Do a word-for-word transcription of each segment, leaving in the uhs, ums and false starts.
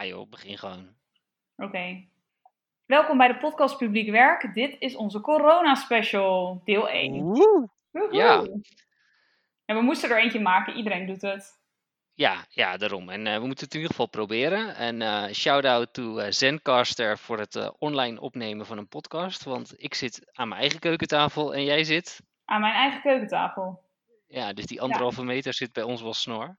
joh, begin gewoon. Oké. Okay. Welkom bij de podcast Publiek Werk. Dit is onze corona special, deel één. Woe! Ja. En we moesten er eentje maken, iedereen doet het. Ja, ja, daarom. En uh, we moeten het in ieder geval proberen. En uh, shout-out to uh, Zencaster voor het uh, online opnemen van een podcast. Want ik zit aan mijn eigen keukentafel en jij zit... Aan mijn eigen keukentafel. Ja, dus die anderhalve ja. meter zit bij ons wel snor.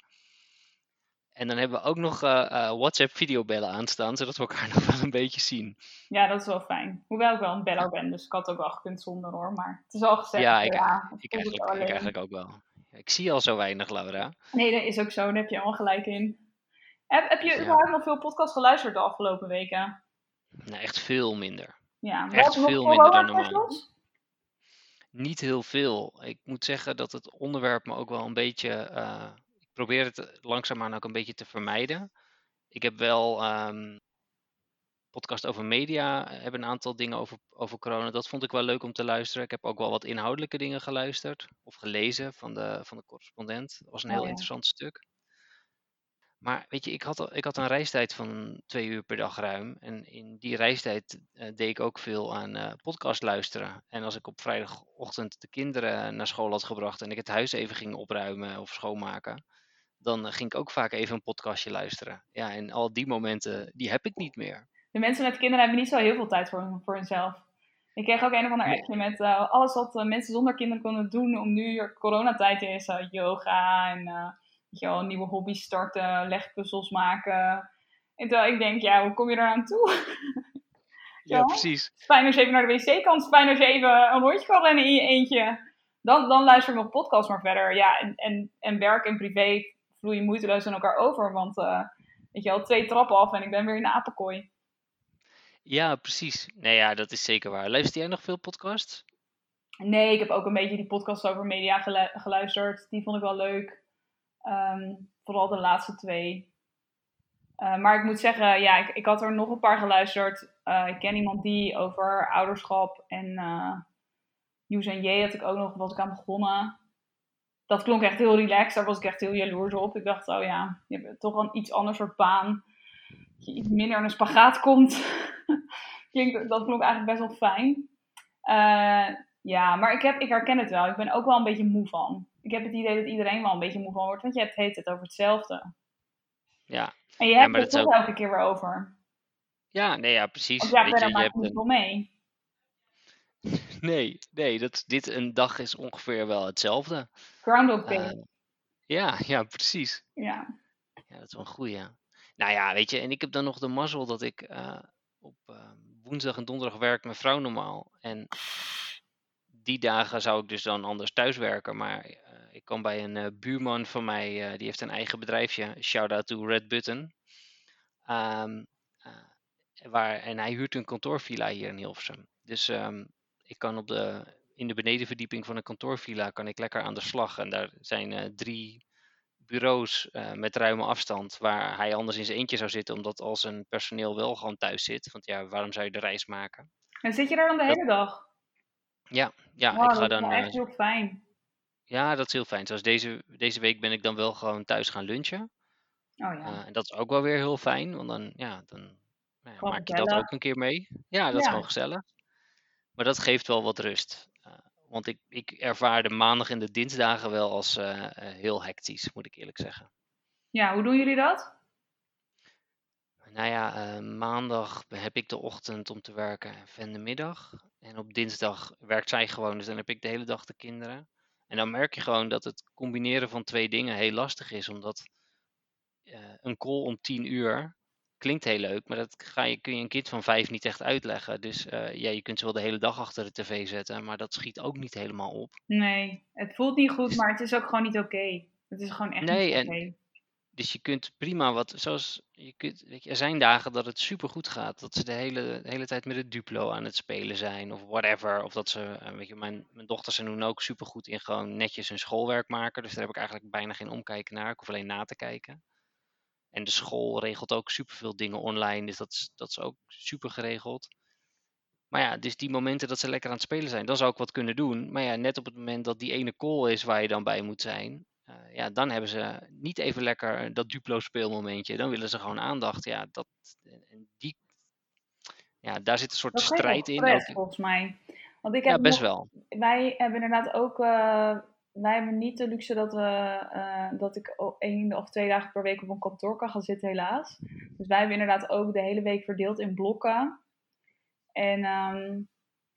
En dan hebben we ook nog uh, uh, WhatsApp videobellen aanstaan, zodat we elkaar nog wel een beetje zien. Ja, dat is wel fijn. Hoewel ik wel een beller ben, dus ik had ook wel gekund zonder hoor. Maar het is al gezegd. Ja, ik, ja, ik, eigenlijk, ik eigenlijk ook wel. Ik zie al zo weinig, Laura. Nee, dat is ook zo. Daar heb je allemaal gelijk in. Heb, heb je ja. überhaupt nog veel podcasts geluisterd de afgelopen weken? Nou, echt veel minder. Ja, echt veel minder dan normaal. Niet heel veel. Ik moet zeggen dat het onderwerp me ook wel een beetje... Uh, ik probeer het langzaamaan ook een beetje te vermijden. Ik heb wel... Um, podcast over media, hebben een aantal dingen over, over corona. Dat vond ik wel leuk om te luisteren. Ik heb ook wel wat inhoudelijke dingen geluisterd. Of gelezen van de, van de correspondent. Dat was een heel oh, ja. interessant stuk. Maar weet je, ik had, ik had een reistijd van twee uur per dag ruim. En in die reistijd uh, deed ik ook veel aan uh, podcast luisteren. En als ik op vrijdagochtend de kinderen naar school had gebracht en ik het huis even ging opruimen of schoonmaken, dan uh, ging ik ook vaak even een podcastje luisteren. Ja, en al die momenten, die heb ik niet meer. De mensen met kinderen hebben niet zo heel veel tijd voor, voor hunzelf. Ik kreeg ook een of ander appje met uh, alles wat uh, mensen zonder kinderen konden doen om nu er coronatijd is. Uh, yoga en uh, weet je wel, nieuwe hobby's starten, legpuzzels maken. En terwijl ik denk, ja, hoe kom je eraan toe? Ja, ja, precies. Het is fijn als je even naar de wc kan. Het is fijn als je even een rondje kan rennen in je eentje. Dan, dan luister ik nog podcasts maar verder. Ja, en, en, en werk en privé vloeien moeiteloos aan elkaar over. Want uh, weet je wel, twee trappen af en ik ben weer in de apenkooi. Ja, precies. Nee, ja, dat is zeker waar. Luister jij nog veel podcasts? Nee, ik heb ook een beetje die podcast over media gelu- geluisterd. Die vond ik wel leuk. Um, vooral de laatste twee. Uh, maar ik moet zeggen, ja, ik, ik had er nog een paar geluisterd. Uh, ik ken iemand die over ouderschap en uh, Use en J had ik ook nog, was ik aan begonnen. Dat klonk echt heel relaxed. Daar was ik echt heel jaloers op. Ik dacht, oh ja, je hebt toch een iets ander soort baan. Dat je iets minder in een spagaat komt. Klinkt, dat klonk eigenlijk best wel fijn. Uh, ja, maar ik, heb, ik herken het wel. Ik ben ook wel een beetje moe van. Ik heb het idee dat iedereen wel een beetje moe van wordt. Want je hebt het het over hetzelfde. Ja. En je hebt ja, het toch ook elke keer weer over. Ja, nee, ja, precies. Of ja, Weet daar maak ik niet veel mee. Nee, nee, dat, dit een dag is ongeveer wel hetzelfde. Groundhog Day. Uh, ja, ja, precies. Ja. Ja, dat is wel een goeie. Nou ja, weet je, en ik heb dan nog de mazzel dat ik uh, op uh, woensdag en donderdag werk mijn vrouw normaal. En die dagen zou ik dus dan anders thuiswerken. Maar uh, ik kan bij een uh, buurman van mij, uh, die heeft een eigen bedrijfje. Shout-out to Red Button. Um, uh, waar, en hij huurt een kantoorvilla hier in Hilversum. Dus um, ik kan op de, in de benedenverdieping van een kantoorvilla kan ik lekker aan de slag. En daar zijn uh, drie bureaus uh, met ruime afstand. Waar hij anders in zijn eentje zou zitten. Omdat al zijn personeel wel gewoon thuis zit. Want ja, waarom zou je de reis maken? En zit je daar dan de hele dag? Ja, ja wow, ik ga dat dan... is wel echt uh, heel fijn. Ja, dat is heel fijn. Zoals deze, deze week ben ik dan wel gewoon thuis gaan lunchen. Oh ja. Uh, en dat is ook wel weer heel fijn. Want dan, ja, dan nou ja, maak je gezellig. dat ook een keer mee. Ja, dat ja. is gewoon gezellig. Maar dat geeft wel wat rust. Uh, want ik, ik ervaar de maandag en de dinsdagen wel als uh, uh, heel hectisch, moet ik eerlijk zeggen. Ja, hoe doen jullie dat? Nou ja, uh, maandag heb ik de ochtend om te werken en de middag. En op dinsdag werkt zij gewoon, dus dan heb ik de hele dag de kinderen. En dan merk je gewoon dat het combineren van twee dingen heel lastig is. Omdat uh, een call om tien uur klinkt heel leuk, maar dat ga je, kun je een kind van vijf niet echt uitleggen. Dus uh, ja, je kunt ze wel de hele dag achter de tv zetten, maar dat schiet ook niet helemaal op. Nee, het voelt niet goed, maar het is ook gewoon niet oké. Okay. Het is gewoon echt nee, niet oké. Okay. Dus je kunt prima wat, zoals, je kunt, weet je, er zijn dagen dat het super goed gaat. Dat ze de hele, de hele tijd met het Duplo aan het spelen zijn of whatever. Of dat ze, weet je, mijn, mijn dochters zijn nu ook super goed in gewoon netjes hun schoolwerk maken. Dus daar heb ik eigenlijk bijna geen omkijken naar. Ik hoef alleen na te kijken. En de school regelt ook superveel dingen online, dus dat is, dat is ook super geregeld. Maar ja, dus die momenten dat ze lekker aan het spelen zijn, dan zou ik wat kunnen doen. Maar ja, net op het moment dat die ene call is waar je dan bij moet zijn, uh, ja, dan hebben ze niet even lekker dat Duplo speelmomentje. Dan willen ze gewoon aandacht. Ja, dat, en die, ja, daar zit een soort Dat geeft wel strijd in. Ook, stress volgens mij. Want ik heb ja, best nog, wel. wij hebben inderdaad ook, uh, wij hebben niet de luxe dat, we, uh, dat ik één of twee dagen per week op een kantoor kan gaan zitten, helaas. Dus wij hebben inderdaad ook de hele week verdeeld in blokken. En um,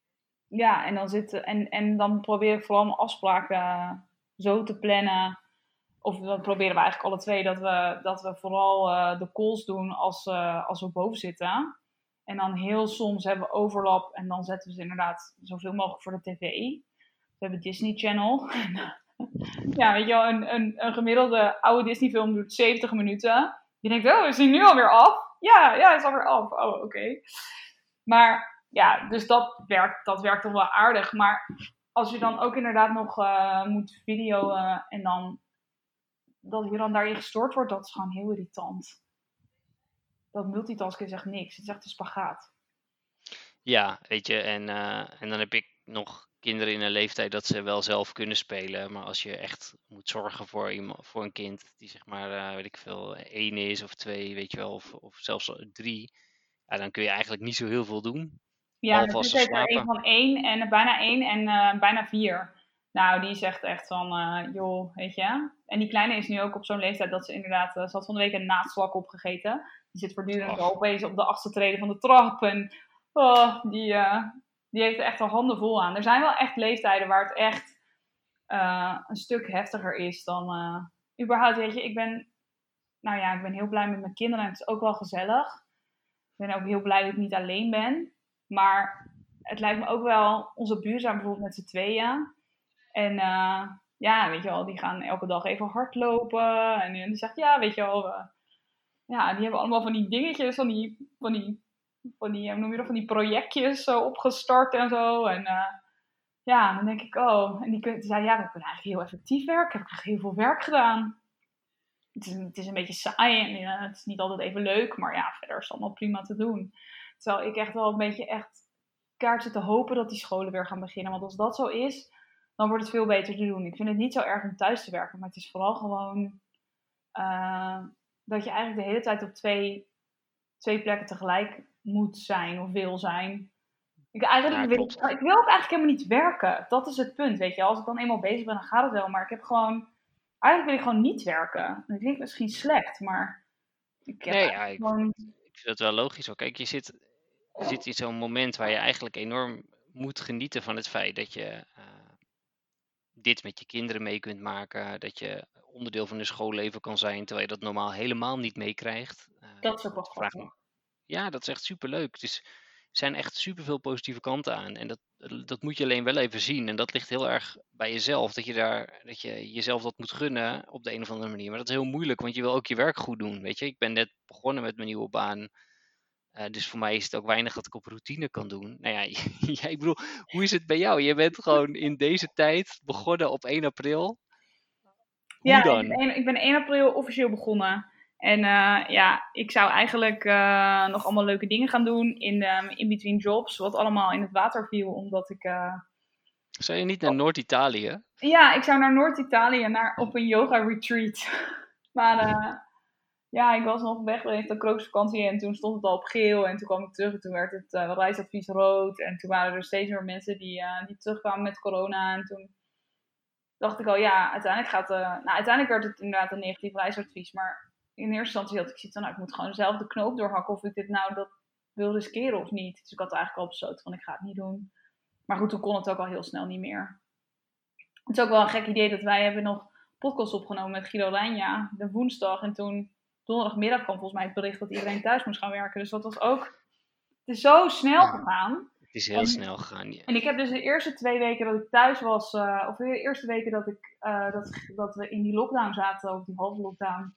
ja, en dan, zitten, en, en dan probeer ik vooral mijn afspraken zo te plannen. Of dan proberen we eigenlijk alle twee dat we, dat we vooral uh, de calls doen als, uh, als we boven zitten. En dan heel soms hebben we overlap en dan zetten we ze inderdaad zoveel mogelijk voor de tv. We hebben Disney Channel. Ja, weet je wel, een, een, een gemiddelde oude Disney film duurt zeventig minuten. Je denkt, oh, is die nu alweer af? Ja, ja, is alweer af. Oh, oké. Okay. Maar ja, dus dat werkt, dat werkt toch wel aardig. Maar als je dan ook inderdaad nog uh, moet videoen en dan dat je dan daarin gestoord wordt, dat is gewoon heel irritant. Dat multitasken is echt niks. Het is echt een spagaat. Ja, weet je, en, uh, en dan heb ik nog kinderen in een leeftijd dat ze wel zelf kunnen spelen. Maar als je echt moet zorgen voor, iemand, voor een kind die zeg maar, uh, weet ik veel, één is of twee, weet je wel, of, of zelfs drie. Ja, dan kun je eigenlijk niet zo heel veel doen. Ja, er zit er een van één en uh, bijna één en uh, bijna vier. Nou, die zegt echt van, uh, joh, weet je. En die kleine is nu ook op zo'n leeftijd dat ze inderdaad, uh, ze had van de week een naadslak opgegeten. Die zit voortdurend al opeens op de achtste trede van de trap. En oh, die, uh, die heeft er echt al handen vol aan. Er zijn wel echt leeftijden waar het echt uh, een stuk heftiger is dan uh, überhaupt, weet je. Ik ben, nou ja, ik ben heel blij met mijn kinderen en het is ook wel gezellig. Ik ben ook heel blij dat ik niet alleen ben. Maar het lijkt me ook wel, onze buren zijn bijvoorbeeld met z'n tweeën. En uh, ja, weet je wel, die gaan elke dag even hardlopen. En die zegt, ja, weet je wel, uh, ja, die hebben allemaal van die dingetjes, van die, van die, van die, hoe noem je dat, van die projectjes uh, opgestart en zo. En uh, ja, dan denk ik, oh, en die, die zei, ja, ik ben eigenlijk heel effectief werk. Ik heb echt heel veel werk gedaan. Het is, het is een beetje saai en uh, het is niet altijd even leuk, maar ja, verder is het allemaal prima te doen. Terwijl ik echt wel een beetje echt kaart zit te hopen dat die scholen weer gaan beginnen. Want als dat zo is, dan wordt het veel beter te doen. Ik vind het niet zo erg om thuis te werken, maar het is vooral gewoon uh, dat je eigenlijk de hele tijd op twee, twee plekken tegelijk moet zijn of wil zijn. Ik, eigenlijk ja, wil, ik, ik wil ook eigenlijk helemaal niet werken. Dat is het punt, weet je. Als ik dan eenmaal bezig ben, dan gaat het wel. Maar ik heb gewoon, eigenlijk wil ik gewoon niet werken. Dat klinkt misschien slecht, maar ik heb nee, ja, ik, gewoon... ik vind dat wel logisch hoor. Kijk, je zit, je zit in zo'n moment waar je eigenlijk enorm moet genieten van het feit dat je uh, dit met je kinderen mee kunt maken. Dat je onderdeel van hun schoolleven kan zijn, terwijl je dat normaal helemaal niet meekrijgt. Uh, dat is ook wel grappig. Ja, dat is echt superleuk. Dus er zijn echt superveel positieve kanten aan. En dat, dat moet je alleen wel even zien. En dat ligt heel erg bij jezelf. Dat je, daar, dat je jezelf dat moet gunnen op de een of andere manier. Maar dat is heel moeilijk, want je wil ook je werk goed doen. Weet je, ik ben net begonnen met mijn nieuwe baan. Uh, dus voor mij is het ook weinig dat ik op routine kan doen. Nou ja, ja, ik bedoel, hoe is het bij jou? Je bent gewoon in deze tijd begonnen op één april. Hoe ja, dan? Ik ben, ik ben één april officieel begonnen. En uh, ja, ik zou eigenlijk uh, nog allemaal leuke dingen gaan doen in um, in-between jobs. Wat allemaal in het water viel, omdat ik... Uh... Zou je niet naar Noord-Italië? Ja, ik zou naar Noord-Italië, naar, op een yoga-retreat. Maar uh, ja, ik was nog weg geweest op krokusvakantie en toen stond het al op geel. En toen kwam ik terug en toen werd het uh, reisadvies rood. En toen waren er steeds meer mensen die, uh, die terugkwamen met corona. En toen dacht ik al, ja, uiteindelijk gaat... Uh, nou, uiteindelijk werd het inderdaad een negatief reisadvies, maar... In eerste instantie had ik zoiets van, nou, ik moet gewoon zelf de knoop doorhakken of ik dit nou dat wil riskeren of niet. Dus ik had eigenlijk al besloten van, ik ga het niet doen. Maar goed, toen kon het ook al heel snel niet meer. Het is ook wel een gek idee dat wij hebben nog podcast opgenomen met Guido Rijnja de woensdag. En toen donderdagmiddag kwam volgens mij het bericht dat iedereen thuis moest gaan werken. Dus dat was ook, het is zo snel Ja, gegaan. het is heel en, snel gegaan. Ja. En ik heb dus de eerste twee weken dat ik thuis was, uh, of de eerste weken dat, ik, uh, dat, dat we in die lockdown zaten, of die halve lockdown...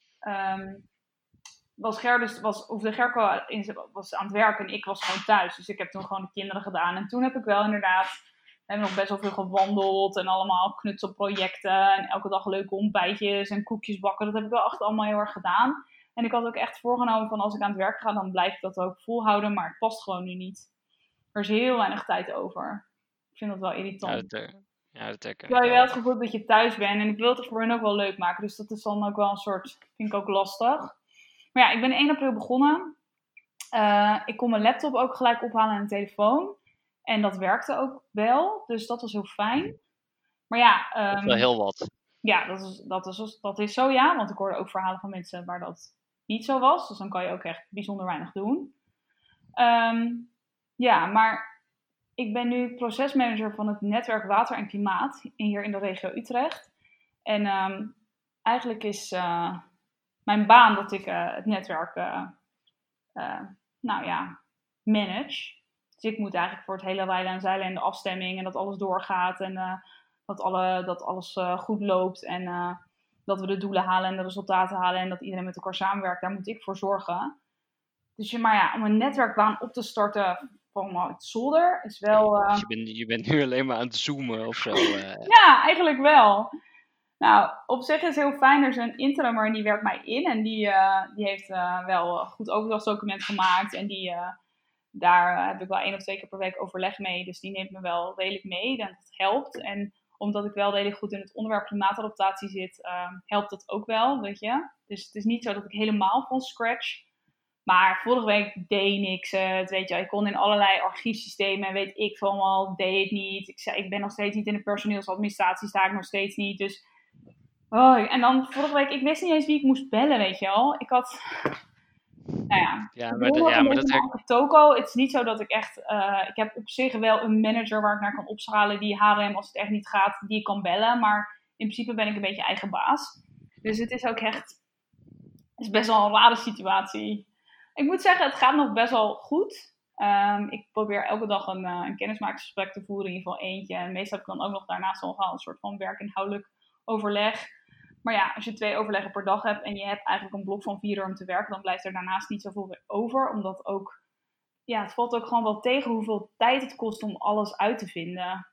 Um, was Ger dus, was, of de Gerco was aan het werken en ik was gewoon thuis. Dus ik heb toen gewoon de kinderen gedaan. En toen heb ik wel inderdaad, we hebben nog best wel veel gewandeld en allemaal knutselprojecten. En elke dag leuke ontbijtjes en koekjes bakken. Dat heb ik wel echt allemaal heel erg gedaan. En ik had ook echt voorgenomen van als ik aan het werk ga, dan blijf ik dat ook volhouden. Maar het past gewoon nu niet. Er is heel weinig tijd over. Ik vind dat wel irritant. Ja, dat, Ja, dat herken Terwijl ik je wel wel. het gevoel hebt dat je thuis bent. En ik wil het er voor hun ook wel leuk maken. Dus dat is dan ook wel een soort, vind ik ook lastig. Maar ja, ik ben één april begonnen. Uh, ik kon mijn laptop ook gelijk ophalen en een telefoon. En dat werkte ook wel. Dus dat was heel fijn. Maar ja, Dat is wel um, heel wat. ja, dat is, dat, is, dat is zo ja. Want ik hoorde ook verhalen van mensen waar dat niet zo was. Dus dan kan je ook echt bijzonder weinig doen. Um, ja, maar ik ben nu procesmanager van het netwerk Water en Klimaat hier in de regio Utrecht. En um, eigenlijk is uh, mijn baan dat ik uh, het netwerk, uh, uh, nou ja, manage. Dus ik moet eigenlijk voor het hele wijlen en zeilen en de afstemming en dat alles doorgaat en uh, dat, alle, dat alles uh, goed loopt en uh, dat we de doelen halen en de resultaten halen en dat iedereen met elkaar samenwerkt. Daar moet ik voor zorgen. Dus je, maar ja, om een netwerkbaan op te starten van het zolder is wel... Uh... Dus je bent, je bent nu alleen maar aan het zoomen of zo. Uh. Ja, eigenlijk wel. Nou, op zich is het heel fijn. Er is een interimmer en die werkt mij in. En die, uh, die heeft uh, wel een goed overdrachtsdocument gemaakt. En die, uh, daar uh, heb ik wel één of twee keer per week overleg mee. Dus die neemt me wel redelijk mee. En dat helpt. En omdat ik wel redelijk goed in het onderwerp klimaatadaptatie zit, uh, helpt dat ook wel, weet je. Dus het is niet zo dat ik helemaal van scratch... Maar vorige week deed niks het, weet je. Ik kon in allerlei archiefsystemen, weet ik van wel, deed het niet. Ik, zei, ik ben nog steeds niet in de personeelsadministratie, sta ik nog steeds niet. Dus, oh, en dan vorige week, ik wist niet eens wie ik moest bellen, weet je wel. Ik had, nou ja. Ja, maar, de, ja, maar dat... Her... Toko, het is niet zo dat ik echt, uh, ik heb op zich wel een manager waar ik naar kan opschalen, die H R M, als het echt niet gaat, die ik kan bellen. Maar in principe ben ik een beetje eigen baas. Dus het is ook echt, het is best wel een rare situatie. Ik moet zeggen, het gaat nog best wel goed. Um, ik probeer elke dag een, uh, een kennismakingsgesprek te voeren, in ieder geval eentje. En meestal heb ik dan ook nog daarnaast al een soort van werkinhoudelijk overleg. Maar ja, als je twee overleggen per dag hebt en je hebt eigenlijk een blok van vier uur om te werken, dan blijft er daarnaast niet zoveel over. Omdat ook, ja, het valt ook gewoon wel tegen hoeveel tijd het kost om alles uit te vinden.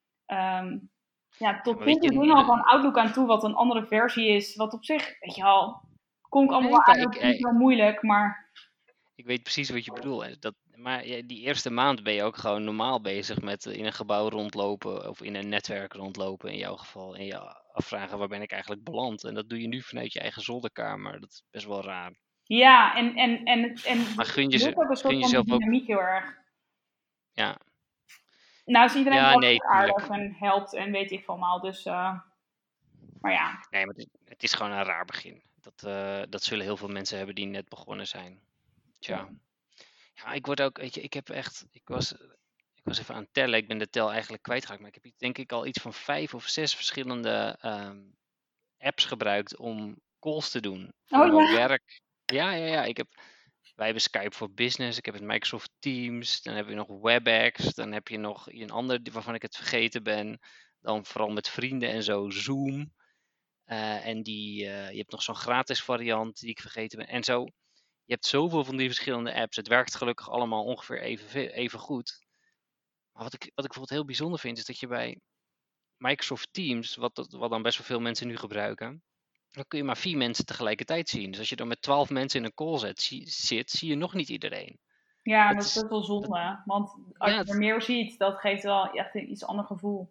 Um, ja, tot ja, twintig dingen al van Outlook aan toe, wat een andere versie is. Wat op zich, weet je wel, kon ik allemaal nee, wel aan, dat is niet wel moeilijk, maar... Ik weet precies wat je bedoelt. Dat, maar ja, die eerste maand ben je ook gewoon normaal bezig met in een gebouw rondlopen of in een netwerk rondlopen in jouw geval. En je afvragen waar ben ik eigenlijk beland. En dat doe je nu vanuit je eigen zolderkamer. Dat is best wel raar. Ja, en, en, en, en maar gun je, ook een soort van dynamiek heel erg. Ja. Nou is iedereen ja, wel nee, aardig en helpt en weet ik van maal. Dus, uh, maar ja. Nee, maar het is, het is gewoon een raar begin. Dat, uh, dat zullen heel veel mensen hebben die net begonnen zijn. Tja. Ja, ik word ook, weet je, ik heb echt, ik was, ik was even aan het tellen, ik ben de tel eigenlijk kwijtgeraakt, maar ik heb denk ik al iets van vijf of zes verschillende um, apps gebruikt om calls te doen. Voor oh, mijn ja. werk. Ja, ja, ja, ik heb, wij hebben Skype voor Business, ik heb het Microsoft Teams, dan heb je nog WebEx, dan heb je nog een ander waarvan ik het vergeten ben, dan vooral met vrienden en zo, Zoom. Uh, en die, uh, je hebt nog zo'n gratis variant die ik vergeten ben. En zo, je hebt zoveel van die verschillende apps. Het werkt gelukkig allemaal ongeveer even, even goed. Maar wat ik, wat ik bijvoorbeeld heel bijzonder vind, is dat je bij Microsoft Teams, wat, wat dan best wel veel mensen nu gebruiken, dan kun je maar vier mensen tegelijkertijd zien. Dus als je dan met twaalf mensen in een call zet, zie, zit, zie je nog niet iedereen. Ja, dat, dat is best wel zonde. Dat, want als ja, je er meer ziet, dat geeft wel echt een iets ander gevoel.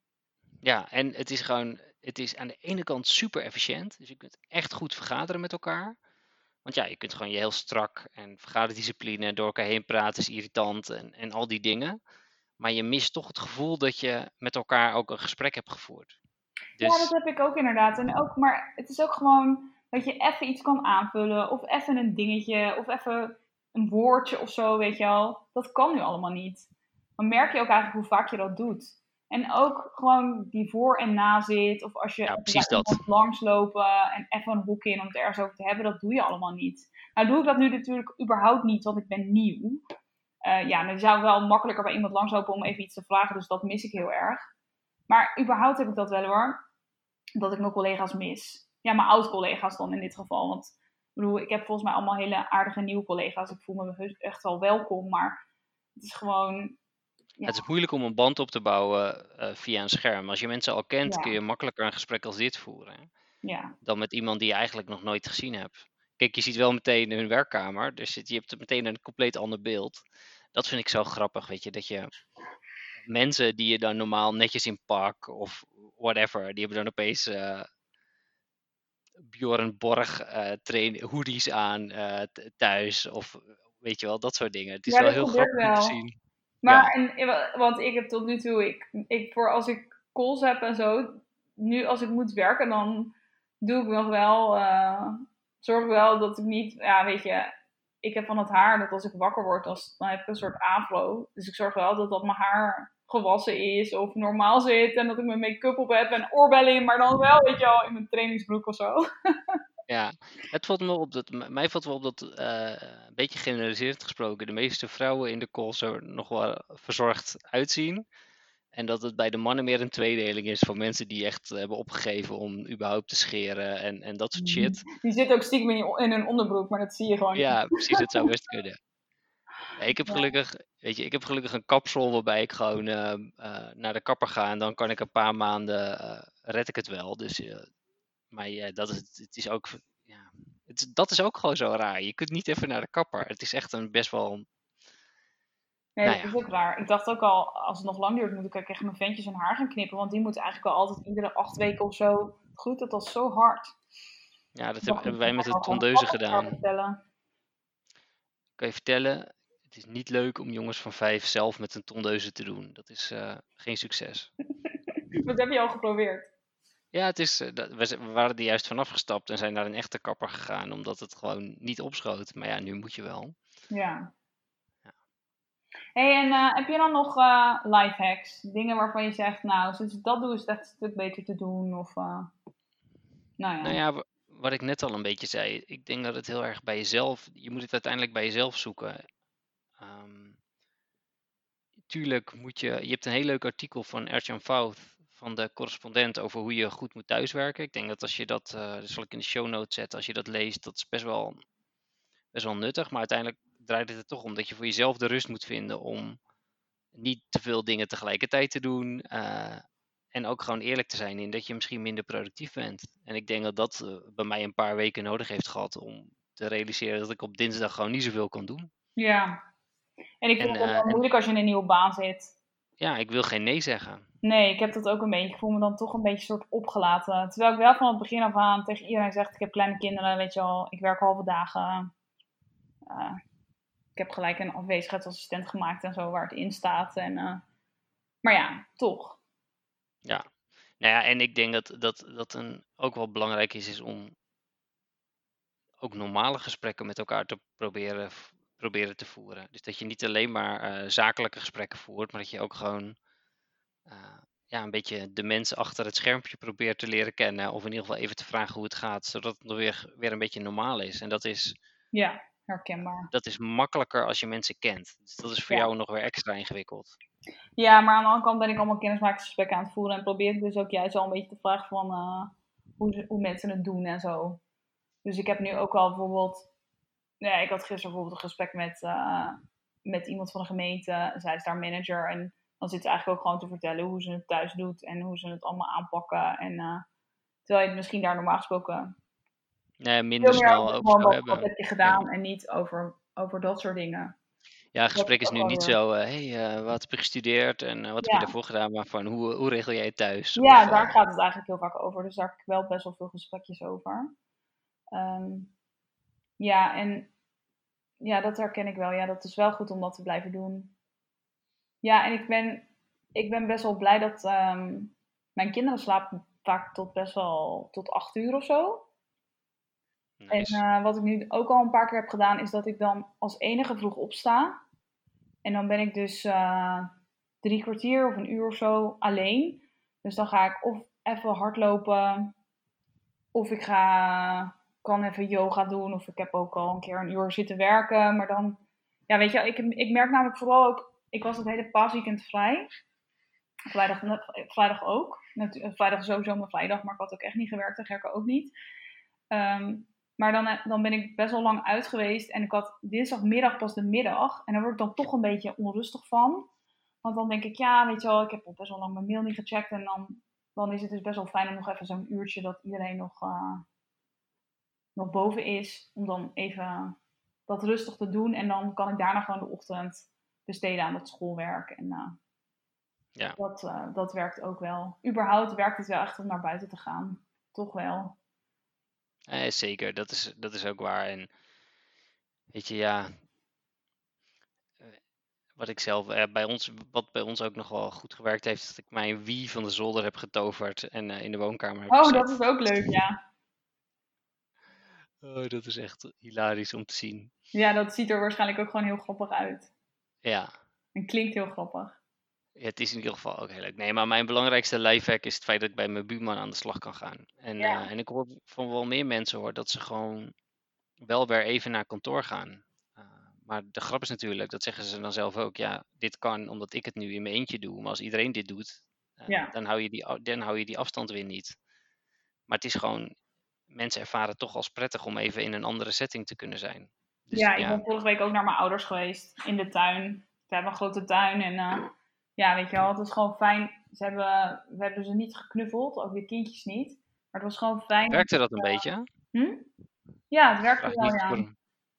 Ja, en het is gewoon, het is aan de ene kant super efficiënt. Dus je kunt echt goed vergaderen met elkaar. Want ja, je kunt gewoon je heel strak en vergaderdiscipline door elkaar heen praten is irritant en, en al die dingen. Maar je mist toch het gevoel dat je met elkaar ook een gesprek hebt gevoerd. Dus... Ja, dat heb ik ook inderdaad. En ook, maar het is ook gewoon dat je even iets kan aanvullen. Of even een dingetje. Of even een woordje of zo, weet je wel. Dat kan nu allemaal niet. Dan merk je ook eigenlijk hoe vaak je dat doet. En ook gewoon die voor- en nazit. Of als je ja, precies dat. langslopen en even een hoek in om het ergens over te hebben. Dat doe je allemaal niet. Nou doe ik dat nu natuurlijk überhaupt niet, want ik ben nieuw. Uh, ja, dan zou ik wel makkelijker bij iemand langslopen om even iets te vragen. Dus dat mis ik heel erg. Maar überhaupt heb ik dat wel hoor. Dat ik mijn collega's mis. Ja, mijn oud-collega's dan in dit geval. Want ik bedoel, ik heb volgens mij allemaal hele aardige nieuwe collega's. Ik voel me echt wel welkom. Maar het is gewoon... Ja. Het is moeilijk om een band op te bouwen uh, via een scherm. Als je mensen al kent, ja. kun je makkelijker een gesprek als dit voeren. Ja. Dan met iemand die je eigenlijk nog nooit gezien hebt. Kijk, je ziet wel meteen hun werkkamer. Dus je hebt meteen een compleet ander beeld. Dat vind ik zo grappig, weet je. Dat je mensen die je dan normaal netjes in pak of whatever, die hebben dan opeens uh, Bjorn Borg uh, train hoodies aan uh, t- thuis of weet je wel, dat soort dingen. Het is Ja, wel dat heel gebeurt grappig om te wel. zien. Maar, Ja, en, want ik heb tot nu toe, ik, ik, voor als ik calls heb en zo, nu als ik moet werken, dan doe ik nog wel, uh, zorg wel dat ik niet, ja weet je, ik heb van het haar dat als ik wakker word, als, dan heb ik een soort afro. Dus ik zorg wel dat, dat mijn haar gewassen is of normaal zit en dat ik mijn make-up op heb en oorbellen in, maar dan wel, weet je wel, in mijn trainingsbroek of zo. ja. Het valt me op dat, m- mij valt wel op dat, uh, een beetje generaliserend gesproken, de meeste vrouwen in de calls er nog wel verzorgd uitzien. En dat het bij de mannen meer een tweedeling is van mensen die echt uh, hebben opgegeven om überhaupt te scheren en, en dat soort shit. Die zit ook stiekem in, in hun onderbroek, maar dat zie je gewoon niet. Ja, precies, het zou best kunnen. Ja, ik heb Ja. gelukkig, weet je, ik heb gelukkig een kapsel waarbij ik gewoon uh, uh, naar de kapper ga en dan kan ik een paar maanden uh, red ik het wel. Dus, uh, maar ja, dat is, het is ook, ja, het is, dat is ook gewoon zo raar. Je kunt niet even naar de kapper. Het is echt een best wel, Nee, nou dat ja, is ook raar. Ik dacht ook al, als het nog lang duurt, moet ik ook echt mijn ventjes hun haar gaan knippen. Want die moeten eigenlijk wel altijd iedere acht weken of zo. Goed, dat was zo hard. ja, dat Ik heb- dacht, hebben ik wij moet met de maar gewoon tondeuzen grappig gaan gedaan. vertellen. Kan je vertellen, het is niet leuk om jongens van vijf zelf met een tondeuze te doen. Dat is uh, geen succes. Wat heb je al geprobeerd? Ja, het is, uh, dat, we, we waren er juist vanaf gestapt en zijn naar een echte kapper gegaan, omdat het gewoon niet opschoot. Maar ja, nu moet je wel. Ja. Ja. Hey, en uh, heb je dan nog uh, lifehacks? Dingen waarvan je zegt, nou, sinds ik dat doe, is het echt een stuk beter te doen? Of, uh, nou ja. Nou ja, wa- wat ik net al een beetje zei, ik denk dat het heel erg bij jezelf, je moet het uiteindelijk bij jezelf zoeken. Ehm, tuurlijk moet je, je hebt een heel leuk artikel van Ercan Fout van de correspondent over hoe je goed moet thuiswerken. Ik denk dat als je dat, uh, dat zal ik in de show notes zetten, als je dat leest, dat is best wel, best wel nuttig. Maar uiteindelijk draait het er toch om dat je voor jezelf de rust moet vinden om niet te veel dingen tegelijkertijd te doen. Uh, en ook gewoon eerlijk te zijn in dat je misschien minder productief bent. En ik denk dat dat uh, bij mij een paar weken nodig heeft gehad om te realiseren dat ik op dinsdag gewoon niet zoveel kan doen. Ja. En ik vind En, het ook uh, wel en moeilijk als je in een nieuwe baan zit. ja, ik wil geen nee zeggen. Nee, ik heb dat ook een beetje. Ik voel me dan toch een beetje soort opgelaten. Terwijl ik wel van het begin af aan tegen iedereen zeg, ik heb kleine kinderen, weet je wel, ik werk halve dagen. Uh, ik heb gelijk een afwezigheidsassistent gemaakt en zo, waar het in staat. En, uh, maar ja, toch. Ja, nou ja, en ik denk dat dat, dat een, ook wel belangrijk is, is om ook normale gesprekken met elkaar te proberen, proberen te voeren. Dus dat je niet alleen maar uh, zakelijke gesprekken voert, maar dat je ook gewoon uh, ja, een beetje de mensen achter het schermpje probeert te leren kennen. Of in ieder geval even te vragen hoe het gaat, zodat het weer, weer een beetje normaal is. En dat is, Ja, herkenbaar. dat is makkelijker als je mensen kent. Dus dat is voor Ja. jou nog weer extra ingewikkeld. Ja, maar aan de andere kant ben ik allemaal kennismakingsgesprekken aan het voeren. En probeer ik dus ook juist al een beetje te vragen van uh, hoe, hoe mensen het doen en zo. Dus ik heb nu ook al bijvoorbeeld... Ja, ik had gisteren bijvoorbeeld een gesprek met, uh, met iemand van de gemeente. Zij is daar manager. En dan zit ze eigenlijk ook gewoon te vertellen hoe ze het thuis doet. En hoe ze het allemaal aanpakken. En, uh, terwijl je het misschien daar normaal gesproken... Nee, minder snel over gewoon zou wat, wat hebben. heb je gedaan Ja. en niet over, over dat soort dingen. Ja, het gesprek is nu niet weer. zo, uh, hey, uh, wat heb je gestudeerd en uh, wat Ja. heb je daarvoor gedaan, maar van hoe, hoe regel jij het thuis? Ja, of, daar uh... gaat het eigenlijk heel vaak over. Dus daar heb ik wel best wel veel gesprekjes over. Um, ja, en ja, dat herken ik wel. Ja, dat is wel goed om dat te blijven doen. Ja, en ik ben, ik ben best wel blij dat um, mijn kinderen slapen vaak tot best wel tot acht uur of zo. Nice. En uh, wat ik nu ook al een paar keer heb gedaan, is dat ik dan als enige vroeg opsta. En dan ben ik dus uh, drie kwartier of een uur of zo alleen. Dus dan ga ik of even hardlopen, of ik ga, kan even yoga doen, of ik heb ook al een keer een uur zitten werken. Maar dan, ja weet je, ik, ik merk namelijk vooral ook, ik was het hele paasweekend vrij. Vrijdag, vrijdag ook. Vrijdag is sowieso mijn vrijdag, maar ik had ook echt niet gewerkt en Gerke ook niet. Um, maar dan, dan ben ik best wel lang uit geweest. En ik had dinsdagmiddag pas de middag. En daar word ik dan toch een beetje onrustig van. Want dan denk ik, ja, weet je wel, ik heb al best wel lang mijn mail niet gecheckt. En dan, dan is het dus best wel fijn om nog even zo'n uurtje dat iedereen nog, uh, nog boven is. Om dan even dat rustig te doen. En dan kan ik daarna gewoon de ochtend besteden aan het schoolwerk. En uh, Ja. Dat, uh, dat werkt ook wel. Überhaupt werkt het wel echt om naar buiten te gaan. Toch wel. Eh, zeker, dat is, dat is ook waar. En weet je, ja, wat ik zelf, eh, bij ons, wat bij ons ook nog wel goed gewerkt heeft, is dat ik mijn Wii van de zolder heb getoverd en uh, in de woonkamer heb Oh, gezet. dat is ook leuk, ja. Oh, dat is echt hilarisch om te zien. Ja, dat ziet er waarschijnlijk ook gewoon heel grappig uit. Ja. En klinkt heel grappig. Ja, het is in ieder geval ook heel leuk. Nee, maar mijn belangrijkste lifehack is het feit dat ik bij mijn buurman aan de slag kan gaan. En, Ja. uh, en ik hoor van wel meer mensen hoor, dat ze gewoon wel weer even naar kantoor gaan. Uh, maar de grap is natuurlijk, dat zeggen ze dan zelf ook, ja, dit kan omdat ik het nu in mijn eentje doe. Maar als iedereen dit doet, uh, Ja. dan, hou je die, dan hou je die afstand weer niet. Maar het is gewoon, mensen ervaren het toch als prettig om even in een andere setting te kunnen zijn. Dus, ja, ik ja. ben vorige week ook naar mijn ouders geweest, in de tuin. Ze hebben een grote tuin en uh, ja, weet je wel, het is gewoon fijn. Ze hebben, we hebben ze niet geknuffeld, ook de kindjes niet. Maar het was gewoon fijn. Werkte dat een uh, beetje? Hm? Ja, het werkte wel, niet ja. voor...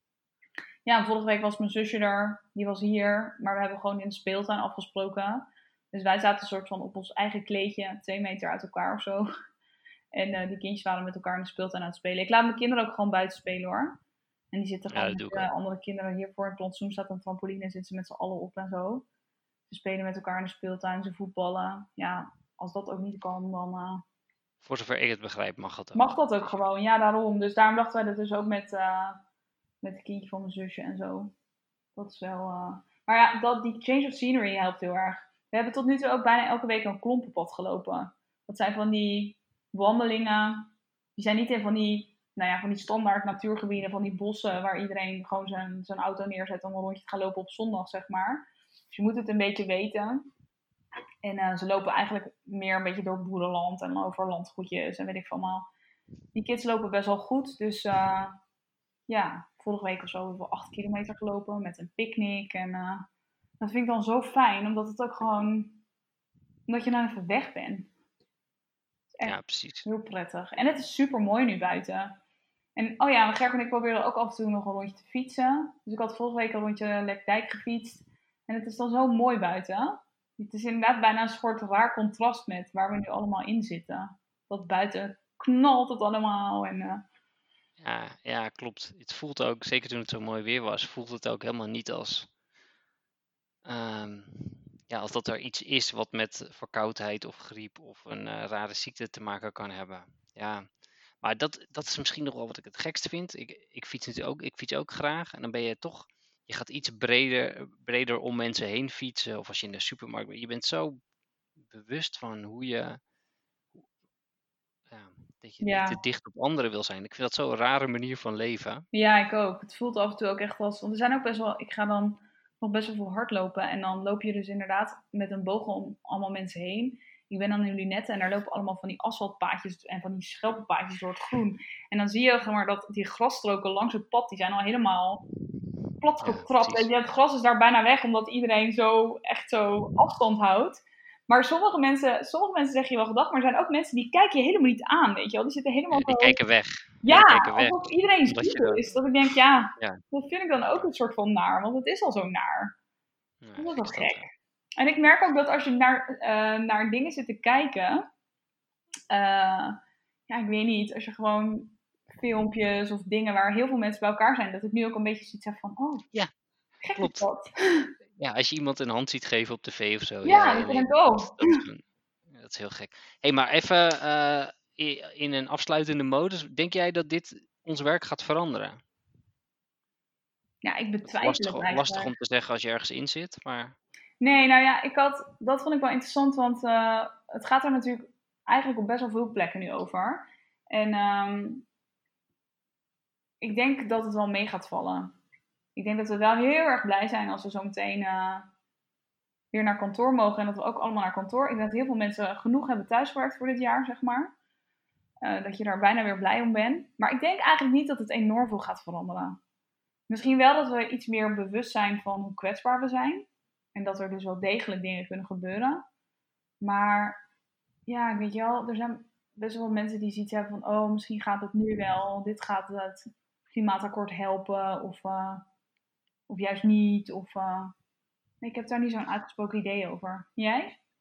Ja, vorige week was mijn zusje er, die was hier. Maar we hebben gewoon in de speeltuin afgesproken. Dus wij zaten een soort van op ons eigen kleedje, twee meter uit elkaar of zo. En uh, die kindjes waren met elkaar in de speeltuin aan het spelen. Ik laat mijn kinderen ook gewoon buiten spelen hoor. En die zitten gewoon ja, met uh, andere kinderen. Hier voor het plantsoen staat een trampoline en zitten ze met z'n allen op en zo. Ze spelen met elkaar in de speeltuin, ze voetballen. Ja, als dat ook niet kan, dan... Uh... Voor zover ik het begrijp, mag dat ook. Mag dat ook gewoon, ja daarom. Dus daarom dachten wij dat dus ook met, uh, met het kindje van mijn zusje en zo. Dat is wel... Uh... Maar ja, dat, die change of scenery helpt heel erg. We hebben tot nu toe ook bijna elke week een klompenpad gelopen. Dat zijn van die wandelingen. Die zijn niet in van die... Nou ja, van die standaard natuurgebieden, van die bossen waar iedereen gewoon zijn, zijn auto neerzet om een rondje te gaan lopen op zondag, zeg maar. Dus je moet het een beetje weten. En uh, ze lopen eigenlijk meer een beetje door boerenland en over landgoedjes en weet ik veel allemaal. Die kids lopen best wel goed, dus uh, ja, vorige week of zo hebben we acht kilometer gelopen met een picknick. En uh, dat vind ik dan zo fijn, omdat het ook gewoon, omdat je dan even weg bent. Echt ja, precies. Heel prettig. En het is super mooi nu buiten. En oh ja, Gerk en ik probeerden ook af en toe nog een rondje te fietsen. Dus ik had vorige week een rondje Lekdijk gefietst. En het is dan zo mooi buiten. Het is inderdaad bijna een soort raar contrast met waar we nu allemaal in zitten. Dat buiten knalt het allemaal. En, uh... ja, ja, klopt. Het voelt ook, zeker toen het zo mooi weer was, voelt het ook helemaal niet als... Um, ja, als dat er iets is wat met verkoudheid of griep of een uh, rare ziekte te maken kan hebben. Ja, maar dat, dat is misschien nog wel wat ik het gekst vind. Ik, ik, fiets natuurlijk ook, ik fiets ook graag en dan ben je toch... Je gaat iets breder, breder om mensen heen fietsen. Of als je in de supermarkt bent. Je bent zo bewust van hoe je... Ja, dat je ja. niet te dicht op anderen wil zijn. Ik vind dat zo'n rare manier van leven. Ja, ik ook. Het voelt af en toe ook echt als... Want er zijn ook best wel... Ik ga dan nog best wel veel hardlopen. En dan loop je dus inderdaad met een boog om allemaal mensen heen. Ik ben dan in Lunetten en daar lopen allemaal van die asfaltpaadjes en van die schelpenpaadjes door het groen. En dan zie je gewoon dat die grasstroken langs het pad, die zijn al helemaal plat getrapt. Ja, en het gras is daar bijna weg, omdat iedereen zo echt zo afstand houdt. Maar sommige mensen, sommige mensen zeggen je wel gedag, maar er zijn ook mensen die kijken je helemaal niet aan, weet je wel. Die zitten helemaal ja, die zo... kijken weg. Ja, ja kijken weg. alsof iedereen ziek is. Dat ik denk, ja, ja, dat vind ik dan ook een soort van naar, want het is al zo naar. Ja, dat is wel gek. Dat, en ik merk ook dat als je naar, uh, naar dingen zit te kijken, uh, ja, ik weet niet, als je gewoon filmpjes of dingen waar heel veel mensen bij elkaar zijn, dat ik nu ook een beetje zoiets heb van, oh, ja, gek klopt. is dat. Ja, als je iemand een hand ziet geven op tv of zo. Ja, ja dat nee, vind ik ook. Dat, dat, is een, dat is heel gek. Hé, hey, maar even uh, in een afsluitende modus, denk jij dat dit ons werk gaat veranderen? Ja, ik betwijfel lastig, het eigenlijk. Lastig om te zeggen als je ergens in zit, maar... Nee, nou ja, ik had, dat vond ik wel interessant, want uh, het gaat er natuurlijk eigenlijk op best wel veel plekken nu over. En um, ik denk dat het wel mee gaat vallen. Ik denk dat we wel heel erg blij zijn als we zo meteen uh, weer naar kantoor mogen. En dat we ook allemaal naar kantoor. Ik denk dat heel veel mensen genoeg hebben thuisgewerkt voor dit jaar, zeg maar. Uh, dat je daar bijna weer blij om bent. Maar ik denk eigenlijk niet dat het enorm veel gaat veranderen. Misschien wel dat we iets meer bewust zijn van hoe kwetsbaar we zijn. En dat er dus wel degelijk dingen kunnen gebeuren. Maar ja, ik weet je wel, er zijn best wel mensen die zoiets hebben van... oh, misschien gaat het nu wel. Dit gaat het klimaatakkoord helpen. Of, uh, of juist niet. Of, uh... nee, ik heb daar niet zo'n uitgesproken idee over. Jij?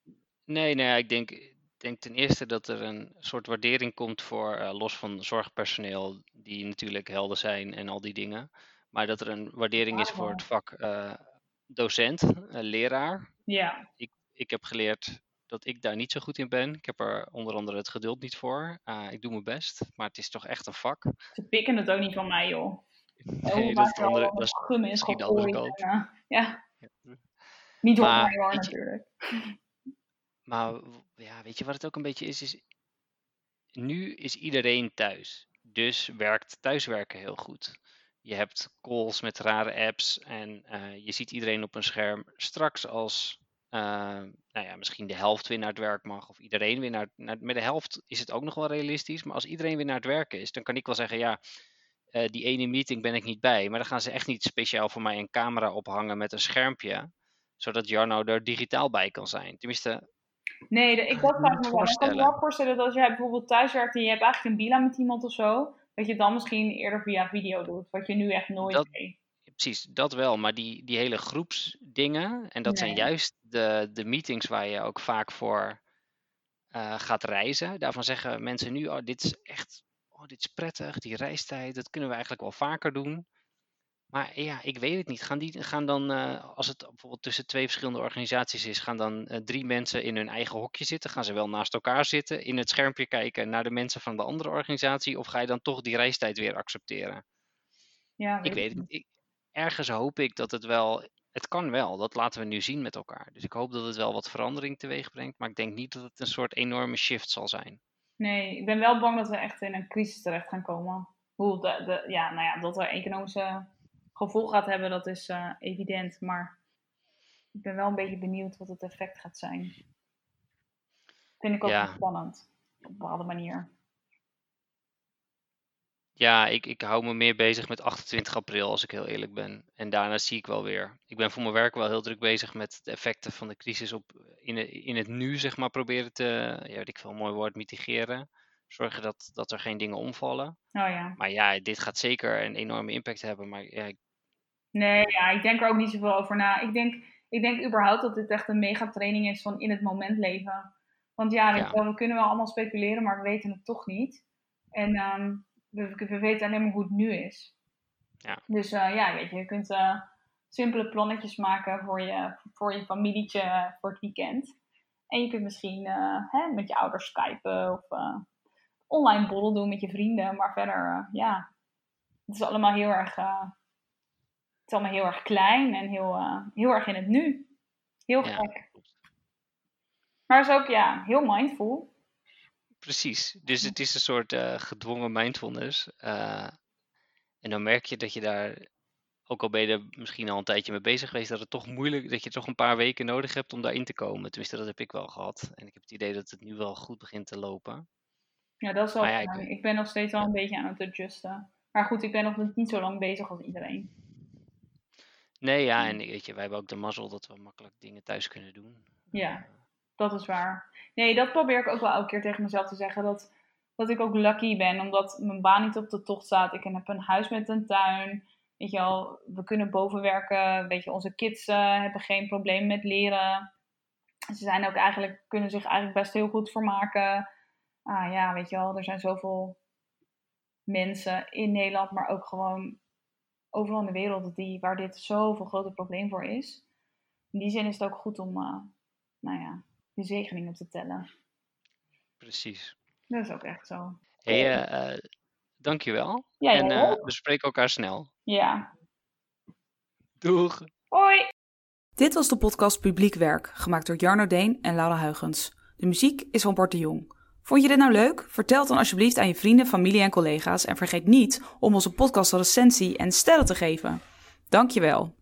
Nee, nee, ik denk, denk ten eerste dat er een soort waardering komt voor, uh, los van zorgpersoneel, die natuurlijk helden zijn en al die dingen. Maar dat er een waardering is voor het vak uh, docent, uh, leraar. Ja. Ik, ik heb geleerd dat ik daar niet zo goed in ben. Ik heb er onder andere het geduld niet voor. Uh, ik doe mijn best, maar het is toch echt een vak. Ze pikken het ook niet van mij, joh. Nee, dat is, het andere, dat is gum is misschien de andere kant. En, uh, ja. Niet door mij hoor, je, natuurlijk. Maar ja, weet je wat het ook een beetje is? is nu is iedereen thuis. Dus werkt thuiswerken heel goed. Je hebt calls met rare apps en uh, je ziet iedereen op een scherm. Straks als uh, nou ja, misschien de helft weer naar het werk mag of iedereen weer naar, naar... Met de helft is het ook nog wel realistisch. Maar als iedereen weer naar het werken is, dan kan ik wel zeggen... ja, uh, die ene meeting ben ik niet bij. Maar dan gaan ze echt niet speciaal voor mij een camera ophangen met een schermpje. Zodat Jarno er digitaal bij kan zijn. Tenminste... Nee, de, ik dat kan me wel. Ik kan me wel voorstellen dat als jij bijvoorbeeld thuis werkt en je hebt eigenlijk een bila met iemand of zo, dat je het dan misschien eerder via video doet, wat je nu echt nooit dat, deed. Precies, dat wel. Maar die, die hele groepsdingen, en dat nee. zijn juist de, de meetings waar je ook vaak voor uh, gaat reizen. Daarvan zeggen mensen nu, oh, dit is echt, oh, dit is prettig, die reistijd, dat kunnen we eigenlijk wel vaker doen. Maar ja, ik weet het niet. Gaan, die, gaan dan, uh, als het bijvoorbeeld tussen twee verschillende organisaties is, gaan dan uh, drie mensen in hun eigen hokje zitten? Gaan ze wel naast elkaar zitten, in het schermpje kijken naar de mensen van de andere organisatie? Of ga je dan toch die reistijd weer accepteren? Ja, weet ik weet het niet. Ik, ergens hoop ik dat het wel, het kan wel, dat laten we nu zien met elkaar. Dus ik hoop dat het wel wat verandering teweeg brengt, maar ik denk niet dat het een soort enorme shift zal zijn. Nee, ik ben wel bang dat we echt in een crisis terecht gaan komen. Hoe de, de, ja, nou ja, dat er economische gevolgen gaat hebben, dat is uh, evident. Maar ik ben wel een beetje benieuwd wat het effect gaat zijn. Vind ik ook ja. spannend, op een bepaalde manier. Ja, ik, ik hou me meer bezig met achtentwintig april, als ik heel eerlijk ben. En daarna zie ik wel weer. Ik ben voor mijn werk wel heel druk bezig met de effecten van de crisis op, in, de, in het nu, zeg maar, proberen te, ja, weet ik veel, een mooi woord, mitigeren. Zorgen dat, dat er geen dingen omvallen. Oh ja. Maar ja, dit gaat zeker een enorme impact hebben. Maar ja, ik... Nee, ja, ik denk er ook niet zoveel over na. Ik denk, ik denk überhaupt dat dit echt een megatraining is van in het moment leven. Want ja, ja. Wel, we kunnen wel allemaal speculeren, maar we weten het toch niet. En um, we, we weten alleen maar hoe het nu is. Ja. Dus uh, ja, weet je, je kunt uh, simpele plannetjes maken voor je, voor je familietje voor het weekend. En je kunt misschien uh, hè, met je ouders skypen of uh, online borrel doen met je vrienden. Maar verder, uh, ja, het is allemaal heel erg... Uh, Het is allemaal heel erg klein en heel, uh, heel erg in het nu. Heel gek. Ja. Maar het is ook ja, heel mindful. Precies. Dus het is een soort uh, gedwongen mindfulness. Uh, en dan merk je dat je daar, ook al ben je er misschien al een tijdje mee bezig geweest, dat het toch moeilijk, dat je toch een paar weken nodig hebt om daarin te komen. Tenminste, dat heb ik wel gehad. En ik heb het idee dat het nu wel goed begint te lopen. Ja, dat is wel ja, ik, ik ben nog steeds wel ja. een beetje aan het adjusten. Maar goed, ik ben nog niet zo lang bezig als iedereen. Nee, ja, en weet je, wij hebben ook de mazzel dat we makkelijk dingen thuis kunnen doen. Ja, dat is waar. Nee, dat probeer ik ook wel elke keer tegen mezelf te zeggen. Dat, dat ik ook lucky ben, omdat mijn baan niet op de tocht staat. Ik heb een huis met een tuin. Weet je wel, we kunnen boven werken. Weet je, onze kids uh, hebben geen probleem met leren. Ze zijn ook eigenlijk, kunnen zich eigenlijk best heel goed vermaken. Ah ja, weet je wel, er zijn zoveel mensen in Nederland, maar ook gewoon overal in de wereld die, waar dit zoveel groter probleem voor is. In die zin is het ook goed om, uh, nou ja, de zegeningen te tellen. Precies. Dat is ook echt zo. Hey, uh, uh, dankjewel. Ja, en ja, uh, we spreken elkaar snel. Ja. Doeg. Hoi. Dit was de podcast Publiek Werk, gemaakt door Jarno Deen en Laura Huygens. De muziek is van Bart de Jong. Vond je dit nou leuk? Vertel het dan alsjeblieft aan je vrienden, familie en collega's. En vergeet niet om onze podcast een recensie en sterren te geven. Dankjewel.